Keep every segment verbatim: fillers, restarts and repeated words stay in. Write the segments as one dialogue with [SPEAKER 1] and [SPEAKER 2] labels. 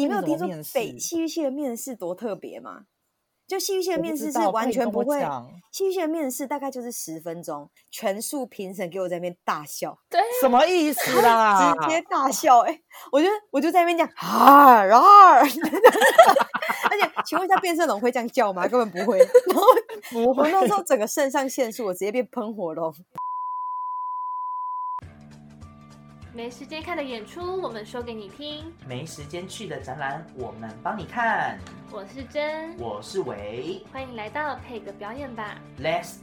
[SPEAKER 1] 你没有听说北戏剧系的面试多特别吗？就戏剧系的面试是完全不会，戏剧系的面试大概就是十分钟，全数评审给我在那边大笑，
[SPEAKER 2] 对、啊，
[SPEAKER 3] 什么意思啦？
[SPEAKER 1] 直接大笑，哎、欸，我就我就在那边讲啊啊，而且请问一下变色龙会这样叫吗？根本不会。然后不会，我那时候整个肾上腺素我直接变喷火龙。
[SPEAKER 2] 没时间看的演出，我们说给你听；
[SPEAKER 3] 没时间去的展览，我们帮你看。
[SPEAKER 2] 我是真，
[SPEAKER 3] 我是维，
[SPEAKER 2] 欢迎来到配个表演吧
[SPEAKER 3] ，Let's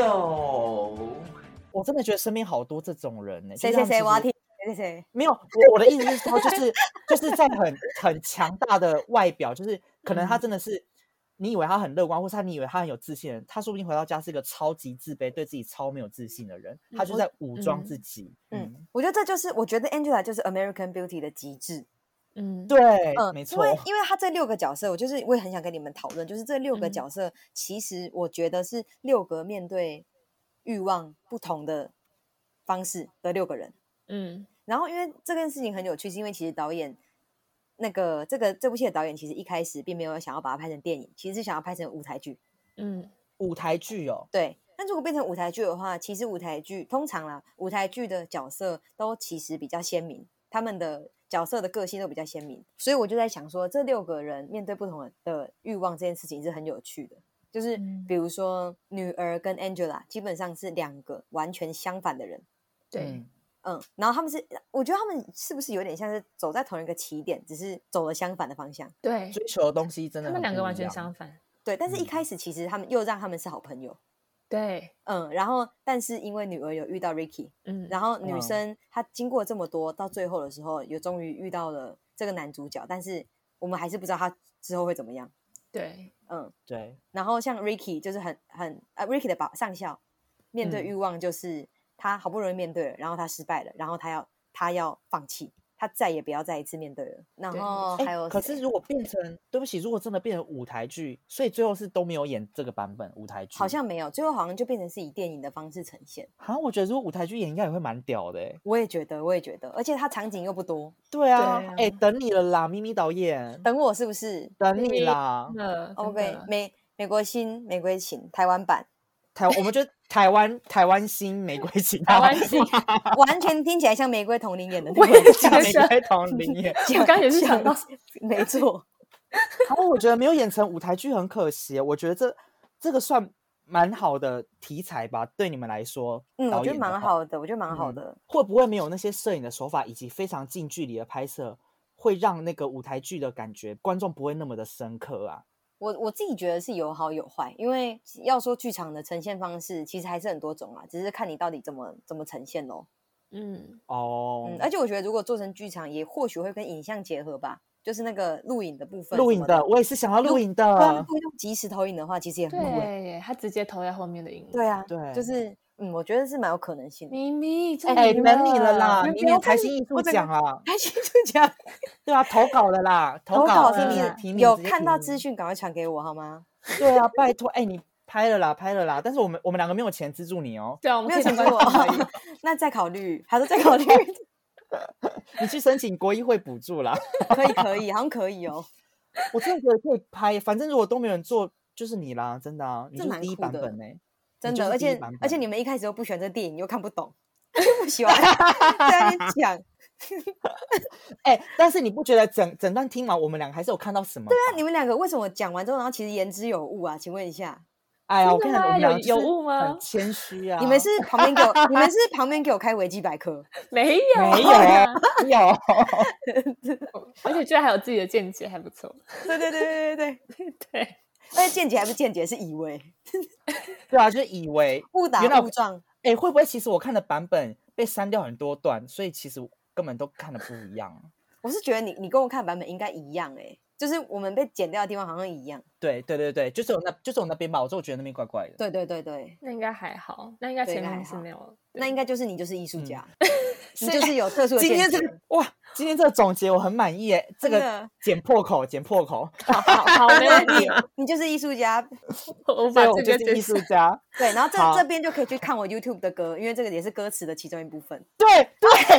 [SPEAKER 3] show。我真的觉得身边好多这种人呢、欸。
[SPEAKER 1] 谁谁谁，我要听谁谁谁。
[SPEAKER 3] 没有，我我的意思是说，就是就是在很很强大的外表，就是可能他真的是。嗯，你以为他很乐观，或是他你以为他很有自信的人，他说不定回到家是一个超级自卑、对自己超没有自信的人，他就在武装自己。
[SPEAKER 1] 嗯，嗯嗯我觉得这就是我觉得 Angela 就是 American Beauty 的极致。
[SPEAKER 3] 嗯，对，嗯，没错。
[SPEAKER 1] 因为因为他这六个角色，我就是我也很想跟你们讨论，就是这六个角色，嗯、其实我觉得是六个面对欲望不同的方式的六个人。嗯，然后因为这件事情很有趣，是因为其实导演。那个这个这部戏的导演其实一开始并没有想要把它拍成电影，其实是想要拍成舞台剧。嗯，
[SPEAKER 3] 舞台剧哦，
[SPEAKER 1] 对。但如果变成舞台剧的话，其实舞台剧通常啦，舞台剧的角色都其实比较鲜明，他们的角色的个性都比较鲜明，所以我就在想说，这六个人面对不同的欲望这件事情是很有趣的。就是比如说女儿跟 Angela 基本上是两个完全相反的人。
[SPEAKER 2] 对。嗯
[SPEAKER 1] 嗯，然后他们是，我觉得他们是不是有点像是走在同一个起点，只是走了相反的方向？
[SPEAKER 2] 对，
[SPEAKER 3] 追求的东西真的
[SPEAKER 2] 他们两个完全相反。
[SPEAKER 1] 对，但是一开始其实他们又让他们是好朋友。
[SPEAKER 2] 对，
[SPEAKER 1] 嗯，然后但是因为女儿有遇到 Ricky， 嗯，然后女生她经过这么多，到最后的时候，有终于遇到了这个男主角，但是我们还是不知道他之后会怎么样。
[SPEAKER 2] 对，
[SPEAKER 1] 嗯，
[SPEAKER 3] 对。
[SPEAKER 1] 然后像 Ricky 就是很很呃 Ricky 的上校，面对欲望就是。嗯他好不容易面对了，然后他失败了，然后他要他要放弃，他再也不要再一次面对了。然后还有、欸，
[SPEAKER 3] 可是如果变成对不起，如果真的变成舞台剧，所以最后是都没有演这个版本舞台剧，
[SPEAKER 1] 好像没有，最后好像就变成是以电影的方式呈现。
[SPEAKER 3] 好像我觉得如果舞台剧演应该也会蛮屌的、欸。
[SPEAKER 1] 我也觉得，我也觉得，而且他场景又不多。
[SPEAKER 3] 对啊，哎、欸，等你了啦，咪咪导演，
[SPEAKER 1] 等我是不是？
[SPEAKER 3] 等你啦。
[SPEAKER 1] OK， 美美国新玫瑰情台湾版。
[SPEAKER 3] 台我们就台湾台湾新玫瑰情，
[SPEAKER 2] 台湾新
[SPEAKER 1] 完全听起来像玫瑰童林演的那
[SPEAKER 3] 个，像玫瑰童林演。
[SPEAKER 2] 我刚也是想到，
[SPEAKER 1] 没错。
[SPEAKER 3] 然后我觉得没有演成舞台剧很可惜，我觉得这这个算蛮好的题材吧，对你们来说。
[SPEAKER 1] 嗯，我觉得蛮好的，我觉得蛮好的、
[SPEAKER 3] 嗯。会不会没有那些摄影的手法以及非常近距离的拍摄，会让那个舞台剧的感觉观众不会那么的深刻啊？
[SPEAKER 1] 我我自己觉得是有好有坏，因为要说剧场的呈现方式，其实还是很多种啊，只是看你到底怎么怎么呈现咯。嗯，哦，嗯，而且我觉得如果做成剧场，也或许会跟影像结合吧，就是那个录影的部分。
[SPEAKER 3] 录影的，我也是想要录影的。
[SPEAKER 1] 如果用即时投影的话，其实也很酷。
[SPEAKER 2] 对，他直接投在后面的荧幕。
[SPEAKER 1] 对啊，
[SPEAKER 3] 对，
[SPEAKER 1] 就是嗯，我觉得是蛮有可能性的。
[SPEAKER 2] 咪咪，
[SPEAKER 3] 哎，等你了啦！明年台新艺术奖啊，
[SPEAKER 1] 台新艺术奖，
[SPEAKER 3] 对啊，投稿了啦，
[SPEAKER 1] 投
[SPEAKER 3] 稿
[SPEAKER 1] 提名，提名有看到资讯赶快传给我好吗？
[SPEAKER 3] 对啊，拜托，哎，你拍了啦，拍了啦，但是我们我们两个没有钱资助你哦。
[SPEAKER 2] 对啊，我们
[SPEAKER 1] 没有钱资助我，那再考虑，还是再考虑。
[SPEAKER 3] 你去申请国议会补助啦，
[SPEAKER 1] 可以可以，好像可以哦。
[SPEAKER 3] 我真的觉得可以拍，反正如果都没有人做，就是你啦，真的啊，你就是第一版本呢、欸。
[SPEAKER 1] 真的，而且而且你们一开始又不喜欢这个电影，又看不懂，又不喜欢在那边讲。
[SPEAKER 3] 哎、欸，但是你不觉得整整段听完，我们两个还是有看到什么？
[SPEAKER 1] 对啊，你们两个为什么讲完之后，然后其实言之有物啊？请问一下。
[SPEAKER 3] 哎呀，我跟你讲，
[SPEAKER 2] 有有物吗？
[SPEAKER 3] 很谦虚啊！
[SPEAKER 1] 你们是旁边给我，你们是旁边给我开维基百科？
[SPEAKER 2] 没有，
[SPEAKER 3] 没有啊，有。
[SPEAKER 2] 而且居然还有自己的见解，还不错。
[SPEAKER 1] 对对对对对对
[SPEAKER 2] 对。
[SPEAKER 1] 而且见解还不是见解，是以为。
[SPEAKER 3] 对啊，就是以为
[SPEAKER 1] 误打误撞。
[SPEAKER 3] 哎、欸，会不会其实我看的版本被删掉很多段，所以其实根本都看的不一样？
[SPEAKER 1] 我是觉得你你跟我看的版本应该一样、欸，哎，就是我们被剪掉的地方好像一样。
[SPEAKER 3] 对对对对，就是我那就是我那边吧，我就觉得那边怪怪的。
[SPEAKER 1] 对对对对，
[SPEAKER 2] 那应该还好，那应该前面是没有，
[SPEAKER 1] 那应该就是你就是艺术家。嗯你就是有特殊的见解。
[SPEAKER 3] 今天这个哇，今天这个总结我很满意耶，这个剪破口，剪破口，
[SPEAKER 2] 好好好，没问题。
[SPEAKER 1] 你就是艺术家，
[SPEAKER 2] 我把这个
[SPEAKER 3] 就是艺术家。
[SPEAKER 1] 对，然后这这边就可以去看我 YouTube 的歌，因为这个也是歌词的其中一部分。
[SPEAKER 3] 对对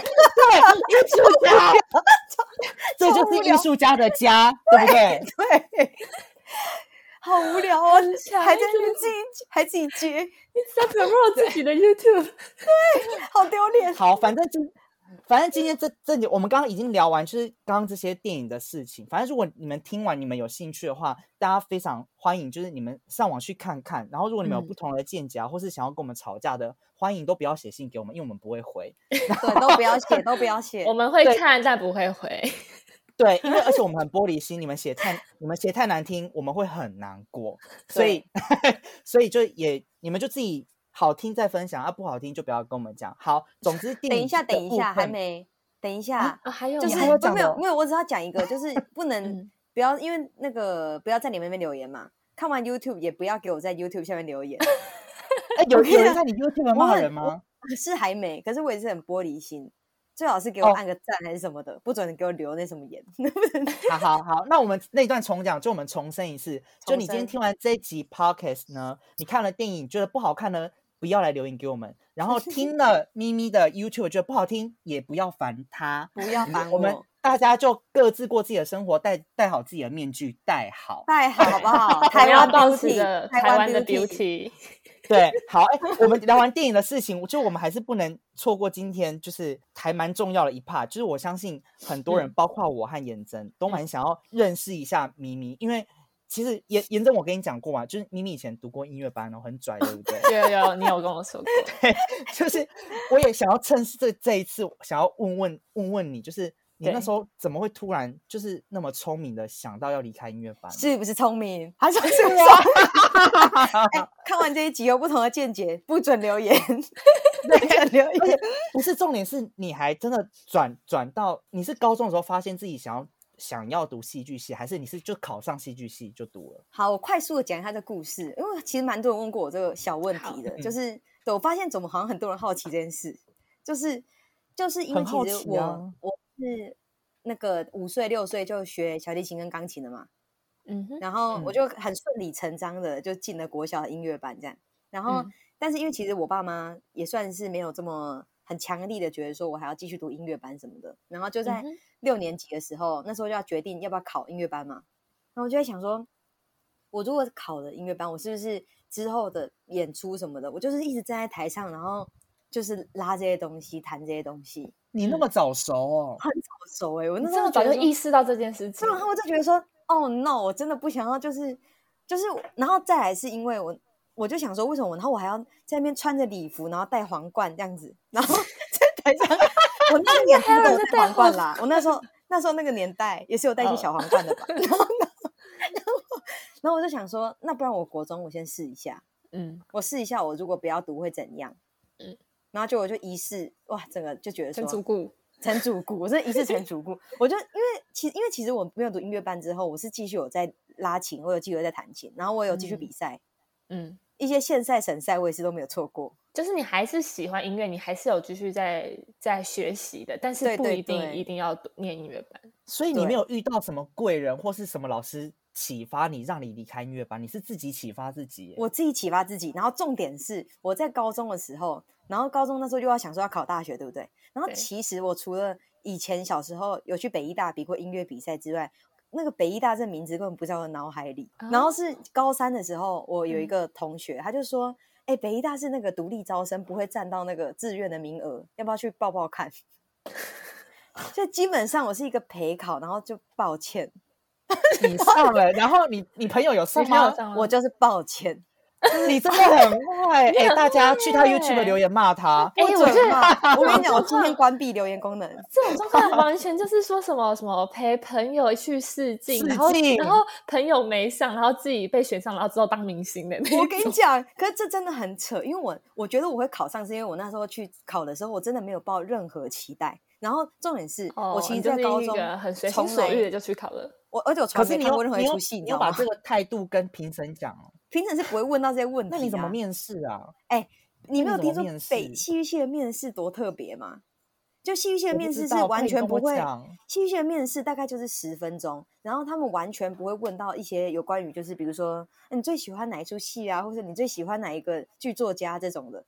[SPEAKER 3] 对，艺术家，这就是艺术家的家，对不对？
[SPEAKER 1] 对，好无聊哦，还在那边自己还自己接，
[SPEAKER 4] 一直在 promote 自己的 YouTube，
[SPEAKER 1] 对，好丢脸。
[SPEAKER 3] 好，反正就。反正今天这这里我们刚刚已经聊完，就是刚刚这些电影的事情。反正如果你们听完，你们有兴趣的话，大家非常欢迎，就是你们上网去看看。然后如果你们有不同的见解啊，嗯、或是想要跟我们吵架的，欢迎都不要写信给我们，因为我们不会回。
[SPEAKER 1] 对，都不要写，都不要写。
[SPEAKER 4] 我们会看，但不会回。
[SPEAKER 3] 对，因为而且我们很玻璃心，你们写太你们写太难听，我们会很难过。所以所以就也你们就自己。好听再分享啊，不好听就不要跟我们讲。好，总之
[SPEAKER 1] 等一下，等一下，还没，等一下，
[SPEAKER 4] 啊啊、还有
[SPEAKER 1] 就是
[SPEAKER 3] 还有讲
[SPEAKER 1] 没有没有，我只要讲一个，就是不能、
[SPEAKER 4] 嗯、
[SPEAKER 1] 不要，因为那个不要在你们那边留言嘛。看完 YouTube 也不要给我在 YouTube 下面留言。
[SPEAKER 3] 哎、欸，有有人在你 YouTube 骂人吗？
[SPEAKER 1] 是还没，可是我也是很玻璃心，最好是给我按个赞还是什么的，哦、不准给我留那什么言。
[SPEAKER 3] 好好好，那我们那一段重讲，就我们重申一次，就你今天听完这一集 Podcast 呢，你看了电影觉得不好看呢？不要来留言给我们，然后听了咪咪的 YouTube 觉得不好听，也不要烦他，
[SPEAKER 1] 不要烦我。
[SPEAKER 3] 我们大家就各自过自己的生活，戴戴好自己的面具，戴好，
[SPEAKER 1] 戴好好不好？台湾
[SPEAKER 4] 保持
[SPEAKER 1] 着
[SPEAKER 4] 台湾的 beauty。
[SPEAKER 3] 对，好，哎、欸，我们聊完电影的事情，就我们还是不能错过今天就是还蛮重要的一 part， 就是我相信很多人，嗯、包括我和妍珍，都蛮想要认识一下咪咪，因为。其实妍妍珍，我跟你讲过嘛，就是咪咪以前读过音乐班，然后很拽，对不对？
[SPEAKER 4] 有有，你有跟我说过。
[SPEAKER 3] 对，就是我也想要趁这这一次，想要问问问问你，就是你那时候怎么会突然就是那么聪明的想到要离开音乐班？
[SPEAKER 1] 是不是聪明？还是不是我？欸、看完这一集有不同的见解，不准留言，不准留言。
[SPEAKER 3] 而且不是重点是，你还真的转转到你是高中的时候发现自己想要。想要读戏剧系，还是你是就考上戏剧系就读了？
[SPEAKER 1] 好，我快速的讲一下这故事，因为其实蛮多人问过我这个小问题的，就是对我发现怎么好像很多人好奇这件事，就是就是因为其实我、啊、我是那个五岁六岁就学小提琴跟钢琴的嘛，嗯哼，然后我就很顺理成章的就进了国小的音乐班这样，然后、嗯、但是因为其实我爸妈也算是没有这么很强力的觉得说我还要继续读音乐班什么的，然后就在六年级的时候、嗯、那时候就要决定要不要考音乐班嘛，然后我就在想说我如果考了音乐班，我是不是之后的演出什么的我就是一直站在台上，然后就是拉这些东西弹这些东西。
[SPEAKER 3] 你那么早熟哦？
[SPEAKER 1] 很早熟哎、欸，我那
[SPEAKER 4] 时候早就意识到这件事情，
[SPEAKER 1] 然后我就觉得说哦 no 我真的不想要就是就是然后再来是因为我我就想说为什么我然后我还要在那边穿着礼服然后戴皇冠这样子，然后在台上我那个年代都有戴皇冠啦我那时候那时候那个年代也是有戴一些小皇冠的吧、oh. 然后然后然后我就想说那不然我国中我先试一下，嗯，我试一下我如果不要读会怎样，嗯，然后就我就一试哇整个就觉得说
[SPEAKER 4] 成主顾
[SPEAKER 1] 成主顾我真的一试成主顾我就因为其因为其实我没有读音乐班之后我是继续有在拉琴，我有继续在弹琴，然后我有继续比赛，嗯，嗯一些县赛省赛我也是都没有错过，
[SPEAKER 4] 就是你还是喜欢音乐，你还是有继续在在学习的，但是不一定
[SPEAKER 1] 对对对
[SPEAKER 4] 一定要念音乐班。
[SPEAKER 3] 所以你没有遇到什么贵人或是什么老师启发你让你离开音乐班，你是自己启发自己耶？
[SPEAKER 1] 我自己启发自己，然后重点是我在高中的时候，然后高中那时候又要想说要考大学对不对，然后其实我除了以前小时候有去北艺大比过音乐比赛之外，那个北艺大这名字根本不在我脑海里、哦、然后是高三的时候我有一个同学、嗯、他就说哎、欸，北艺大是那个独立招生不会占到那个志愿的名额，要不要去报报看就基本上我是一个陪考，然后就抱歉
[SPEAKER 3] 你上了然后你你朋友有上吗？
[SPEAKER 1] 我就是抱歉
[SPEAKER 3] 你真的很坏哎、欸！大家去他 YouTube 留言骂他。
[SPEAKER 1] 哎、欸，我觉得我跟你讲，我今天关闭留言功能。
[SPEAKER 4] 这种状况完全就是说什么什么陪朋友去试镜，然后然后朋友没上，然后自己被选上，然后之后当明星的那种。
[SPEAKER 1] 我跟你讲，可是这真的很扯，因为我我觉得我会考上，是因为我那时候去考的时候，我真的没有抱任何期待。然后重点是、哦、我其实在高中
[SPEAKER 4] 很随心所欲的就去考了。
[SPEAKER 1] 我而且我从来没看过任何一出戏，
[SPEAKER 3] 你有把这个态度跟评审讲哦。
[SPEAKER 1] 评审是不会问到这些问题、啊、
[SPEAKER 3] 那你怎么面试啊？
[SPEAKER 1] 哎、欸，你没有听说北戏剧系的面试多特别吗？就戏剧系的面试是完全不会，戏剧系的面试大概就是十分钟，然后他们完全不会问到一些有关于就是比如说你最喜欢哪一出戏啊，或者你最喜欢哪一个剧作家这种的，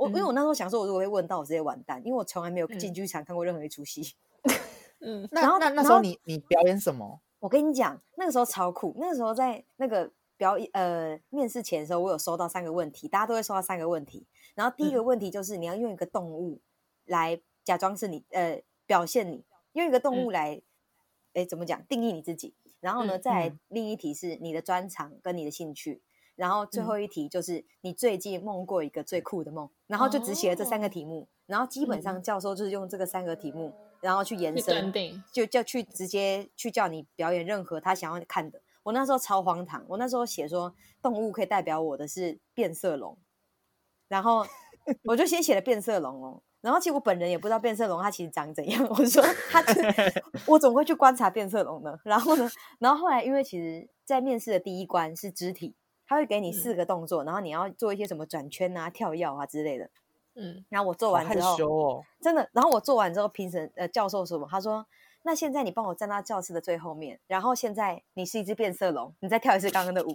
[SPEAKER 1] 我因为我那时候想说，我如果会问到，我直接完蛋，因为我从来没有进剧场看过任何一出戏。
[SPEAKER 3] 嗯，然后那那时候你你表演什么？
[SPEAKER 1] 我跟你讲，那个时候超酷。那个时候在那个表演呃面试前的时候，我有收到三个问题，大家都会收到三个问题。然后第一个问题就是你要用一个动物来假装是你呃表现你，用一个动物来哎、嗯、怎么讲定义你自己。然后呢，再来另一题是你的专长跟你的兴趣。然后最后一题就是你最近梦过一个最酷的梦，然后就只写了这三个题目。然后基本上教授就是用这个三个题目。然后去延伸，就叫去直接去叫你表演任何他想要看的。我那时候超荒唐，我那时候写说动物可以代表我的是变色龙，然后我就先写了变色龙哦。然后其实我本人也不知道变色龙它其实长怎样，我说它我怎么会去观察变色龙呢？然后呢，然后后来因为其实在面试的第一关是肢体，他会给你四个动作，嗯、然后你要做一些什么转圈啊、跳跃啊之类的。嗯，然后我做完之后，
[SPEAKER 3] 好害羞哦，
[SPEAKER 1] 真的。然后我做完之后，评审呃教授说什么？他说：“那现在你帮我站到教室的最后面，然后现在你是一只变色龙，你再跳一次刚刚的舞。”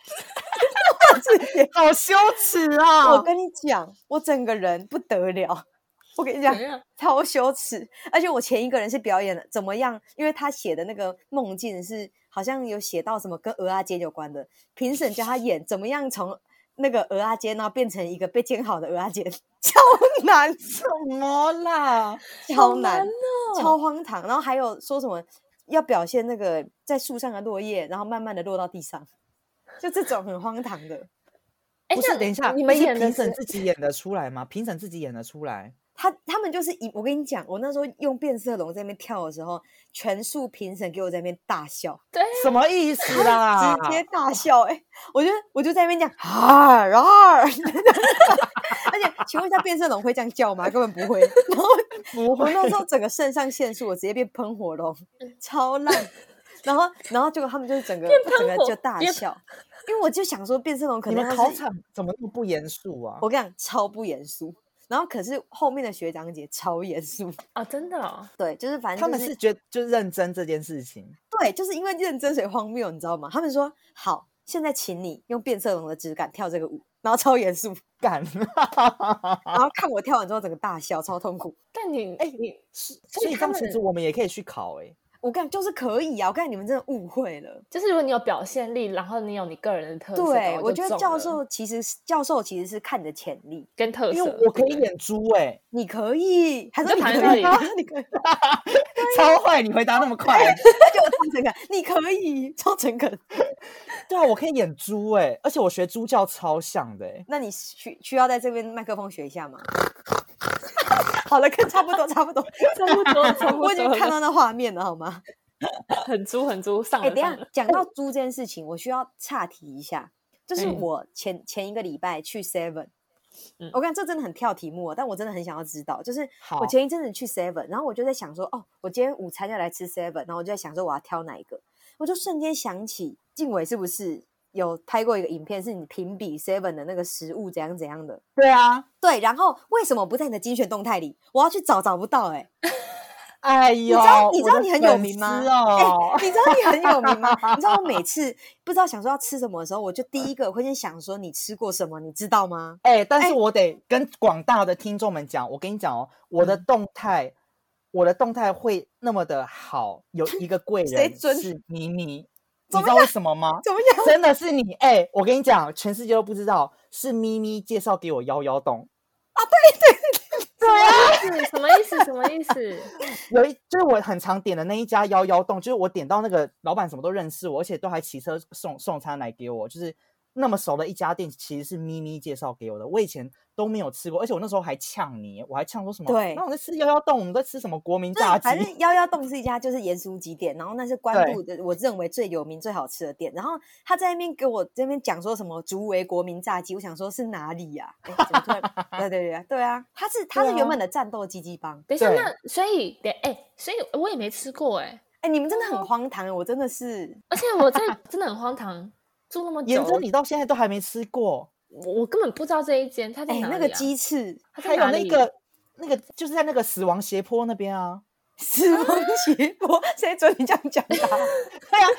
[SPEAKER 3] 好羞耻啊！
[SPEAKER 1] 我跟你讲，我整个人不得了。我跟你讲，超羞耻。而且我前一个人是表演的怎么样？因为他写的那个梦境是好像有写到什么跟蚵仔煎有关的，评审叫他演怎么样从。那个蚵仔煎，然后变成一个被煎好的蚵仔煎，超难，
[SPEAKER 3] 什么啦？
[SPEAKER 1] 超难，哦、超荒唐。然后还有说什么要表现那个在树上的落叶，然他慢慢的落到地上，就这种很荒唐的。
[SPEAKER 3] 不是，等一下，你们演评审自己演得出来吗？评审自己演得出来？
[SPEAKER 1] 他他们就是一，我跟你讲，我那时候用变色龙在那边跳的时候，全数评审给我在那边大笑，
[SPEAKER 4] 对，
[SPEAKER 3] 什么意思啦？
[SPEAKER 1] 直接大笑，哎、欸，我就我就在那边讲啊啊，而且请问一下，变色龙会这样叫吗？根本不会。然后不会，我那时候整个肾上腺素，我直接变喷火龙，超烂。然后然后结果他们就是整个整个就大笑，因为我就想说变色龙可能
[SPEAKER 3] 你们考场怎么那么不严肃啊？
[SPEAKER 1] 我跟你讲，超不严肃。然后可是后面的学长姐超严肃
[SPEAKER 4] 啊、哦，真的哦，
[SPEAKER 1] 对，就是反正、
[SPEAKER 3] 就是、他们是觉得就认真这件事情，
[SPEAKER 1] 对，就是因为认真所以荒谬，你知道吗？他们说好，现在请你用变色龙的质感跳这个舞，然后超严肃
[SPEAKER 3] 干，
[SPEAKER 1] 然后看我跳完之后整个大笑，超痛苦。
[SPEAKER 4] 但你哎、欸，你
[SPEAKER 3] 所以这样其实我们也可以去考哎、欸。
[SPEAKER 1] 我跟你就是可以啊！我看你们真的误会了，
[SPEAKER 4] 就是如果你有表现力，然后你有你个人的特色，
[SPEAKER 1] 对，我觉得教授其实教授其实是看你的潜力
[SPEAKER 4] 跟特色。
[SPEAKER 3] 因为我可以演猪哎、欸，
[SPEAKER 1] 你可以，还是你可以？你可以，
[SPEAKER 3] 超坏！你回答那么快，
[SPEAKER 1] 就超诚恳，你可以，超诚恳。
[SPEAKER 3] 对啊，我可以演猪哎、欸，而且我学猪叫超像的哎、欸。
[SPEAKER 1] 那你需需要在这边麦克风学一下吗？好了，跟差不多，差不多，
[SPEAKER 4] 差不多，差不多。
[SPEAKER 1] 我已经看到那画面了，好吗？
[SPEAKER 4] 很猪，很猪，上了。
[SPEAKER 1] 哎、欸，等一下讲到猪这件事情，我需要岔题一下。就是我前、嗯、前一个礼拜去 Seven，、嗯、我看这真的很跳题目、哦，但我真的很想要知道。就是我前一阵子去 Seven， 然后我就在想说，哦，我今天午餐要来吃 Seven， 然后我就在想说我要挑哪一个，我就瞬间想起静伟是不是有拍过一个影片，是你评比 Seven 的那个食物怎样怎样的？
[SPEAKER 3] 对啊，
[SPEAKER 1] 对。然后为什么不在你的精选动态里？我要去找，找不到哎、欸。
[SPEAKER 3] 哎呦，
[SPEAKER 1] 你知道你知道你很有名吗？
[SPEAKER 3] 哦
[SPEAKER 1] 欸、你知道你很有名吗？你知道我每次不知道想说要吃什么的时候，我就第一个会先想说你吃过什么，你知道吗？
[SPEAKER 3] 哎、欸，但是我得跟广大的听众们讲，我跟你讲哦，我的动态，嗯、我的动态会那么的好，有一个贵人是咪咪，你知道为什么吗？
[SPEAKER 1] 怎么样？
[SPEAKER 3] 真的是你哎、欸，我跟你讲，全世界都不知道，是咪咪介绍给我幺幺洞
[SPEAKER 1] 啊，对对对。
[SPEAKER 4] 对啊，什么意思？什么意思？
[SPEAKER 3] 有一就是我很常点的那一家幺幺洞，就是我点到那个老板什么都认识我，而且都还骑车送送餐来给我，就是那么熟的一家店，其实是咪咪介绍给我的。我以前都没有吃过，而且我那时候还呛你，我还呛说什么？
[SPEAKER 1] 对，
[SPEAKER 3] 那我在吃幺幺洞，我们在吃什么国民炸鸡？
[SPEAKER 1] 反正幺幺洞是一家就是盐酥鸡店，然后那是关渡的，我认为最有名、最好吃的店。然后他在那边给我这边讲说什么竹围国民炸鸡，我想说是哪里呀、啊？哎，怎么突然？对对对对啊，他是他是原本的战斗鸡鸡帮。
[SPEAKER 4] 等一下，那所以哎，所以我也没吃过哎、欸。
[SPEAKER 1] 哎，你们真的很荒唐，我真的是，
[SPEAKER 4] 而且我在真的很荒唐。住那么久，
[SPEAKER 3] 严真你到现在都还没吃过，
[SPEAKER 4] 我我根本不知道这一间，它在哪里、啊？
[SPEAKER 1] 欸、那个鸡翅，
[SPEAKER 3] 还有那个那个就是在那个死亡斜坡那边啊，
[SPEAKER 1] 死亡斜坡，谁准你这样讲的、啊？
[SPEAKER 3] 对啊，那边哎、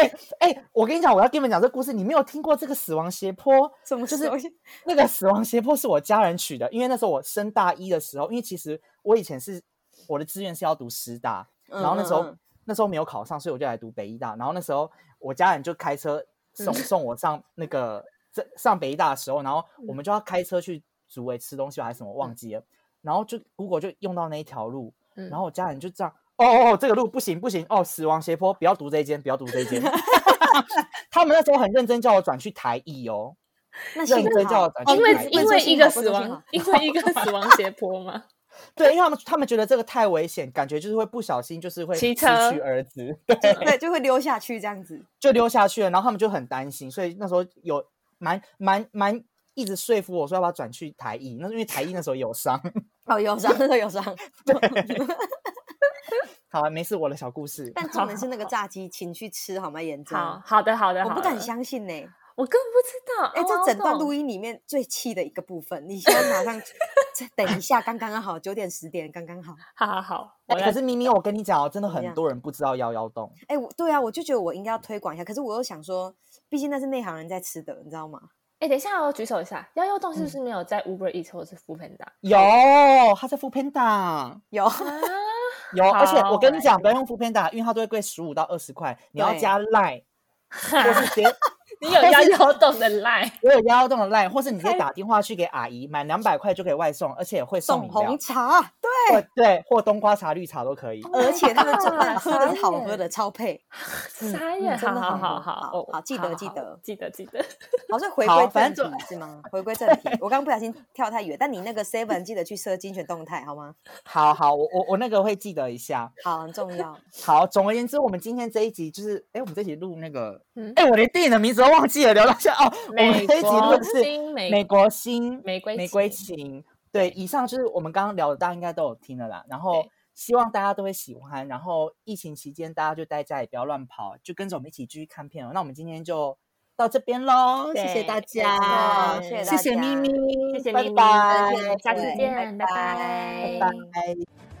[SPEAKER 3] 哎哎、欸，我跟你讲，我要跟你们讲这个故事，你没有听过这个死亡斜坡？
[SPEAKER 1] 什么？
[SPEAKER 3] 就是那个死亡斜坡是我家人取的，因为那时候我升大一的时候，因为其实我以前是我的志愿是要读师大，然后那时候、嗯嗯、那时候没有考上，所以我就来读北医大。然后那时候我家人就开车送、嗯、送我上那个上北医大的时候，然后我们就要开车去竹围吃东西还是什么忘记了，嗯、然后就 Google 就用到那一条路，嗯、然后我家人就这样。哦哦哦，这个路不行不行哦，死亡斜坡，不要读这一间，不要读这一间。他们那时候很认真叫我转去台艺哦，
[SPEAKER 1] 那
[SPEAKER 3] 认真叫我转去台艺，
[SPEAKER 4] 因为因为一个死亡，因为一个死亡斜坡吗？
[SPEAKER 3] 对，因为他们他们觉得这个太危险，感觉就是会不小心就是会失去儿子，
[SPEAKER 1] 对对，就会溜下去这样子，
[SPEAKER 3] 就溜下去了，然后他们就很担心，所以那时候有蛮蛮蛮一直说服我说要不要转去台艺，那因为台艺那时候有伤，
[SPEAKER 1] 哦有伤，那时候有伤，
[SPEAKER 3] 对。好、啊，没事，我的小故事。
[SPEAKER 1] 但重点是那个炸鸡，请去吃好吗？严正。
[SPEAKER 4] 好好的好的，
[SPEAKER 1] 我不敢相信呢、欸，
[SPEAKER 4] 我根本不知道。
[SPEAKER 1] 哎、欸，这整段录音里面最气的一个部分，你现在马上等一下，刚刚好，九点十点刚刚好。
[SPEAKER 4] 好好好。
[SPEAKER 3] 欸、可是咪咪，我跟你讲哦，真的很多人不知道幺幺洞。
[SPEAKER 1] 哎、欸，对啊，我就觉得我应该要推广一下，可是我又想说，毕竟那是内行人在吃的，你知道吗？
[SPEAKER 4] 哎、欸，等一下，我举手一下，幺幺洞是不是没有在 Uber Eats 或者是 Foodpanda？、
[SPEAKER 3] 嗯、有，他在 Foodpanda
[SPEAKER 1] 有。
[SPEAKER 3] 有，而且我跟你讲，不要用 Foodpanda， 因为它都会贵十五到二十块，你要加 Line， 或是直接
[SPEAKER 4] 你有幺幺洞的 Line，
[SPEAKER 3] 我有幺幺洞的 Line， 或是你直接打电话去给阿姨，买两百块就可以外送，而且也会送饮料
[SPEAKER 1] 红茶，对
[SPEAKER 3] 对对，或冬瓜茶、绿茶都可以，
[SPEAKER 1] 而且他们真的喝的是好喝的，超配，
[SPEAKER 4] 傻眼，真的好好好
[SPEAKER 1] 好好，记得记得
[SPEAKER 4] 记得记得。
[SPEAKER 1] 好，所以回归正题是吗？回归正题，我刚刚不小心跳太远，但你那个 seven 记得去设精选动态好吗？
[SPEAKER 3] 好好，我我我那个会记得一下，
[SPEAKER 1] 好，很重要。
[SPEAKER 3] 好，总而言之，我们今天这一集就是，哎，我们这一集录那个，哎、嗯，我连电影的名字都忘记了，聊到现在哦。我们这一集录的是美国新
[SPEAKER 4] 玫瑰
[SPEAKER 3] 玫瑰情，对，以上就是我们刚刚聊的，大家应该都有听了啦。然后希望大家都会喜欢。然后疫情期间大家就待在家里，不要乱跑，就跟着我们一起继续看片哦。那我们今天就到这边喽，谢谢大家，
[SPEAKER 1] 谢谢
[SPEAKER 3] 谢谢咪咪，
[SPEAKER 4] 谢谢咪咪，
[SPEAKER 3] 拜拜，
[SPEAKER 4] 下次见，拜拜，
[SPEAKER 3] 拜拜。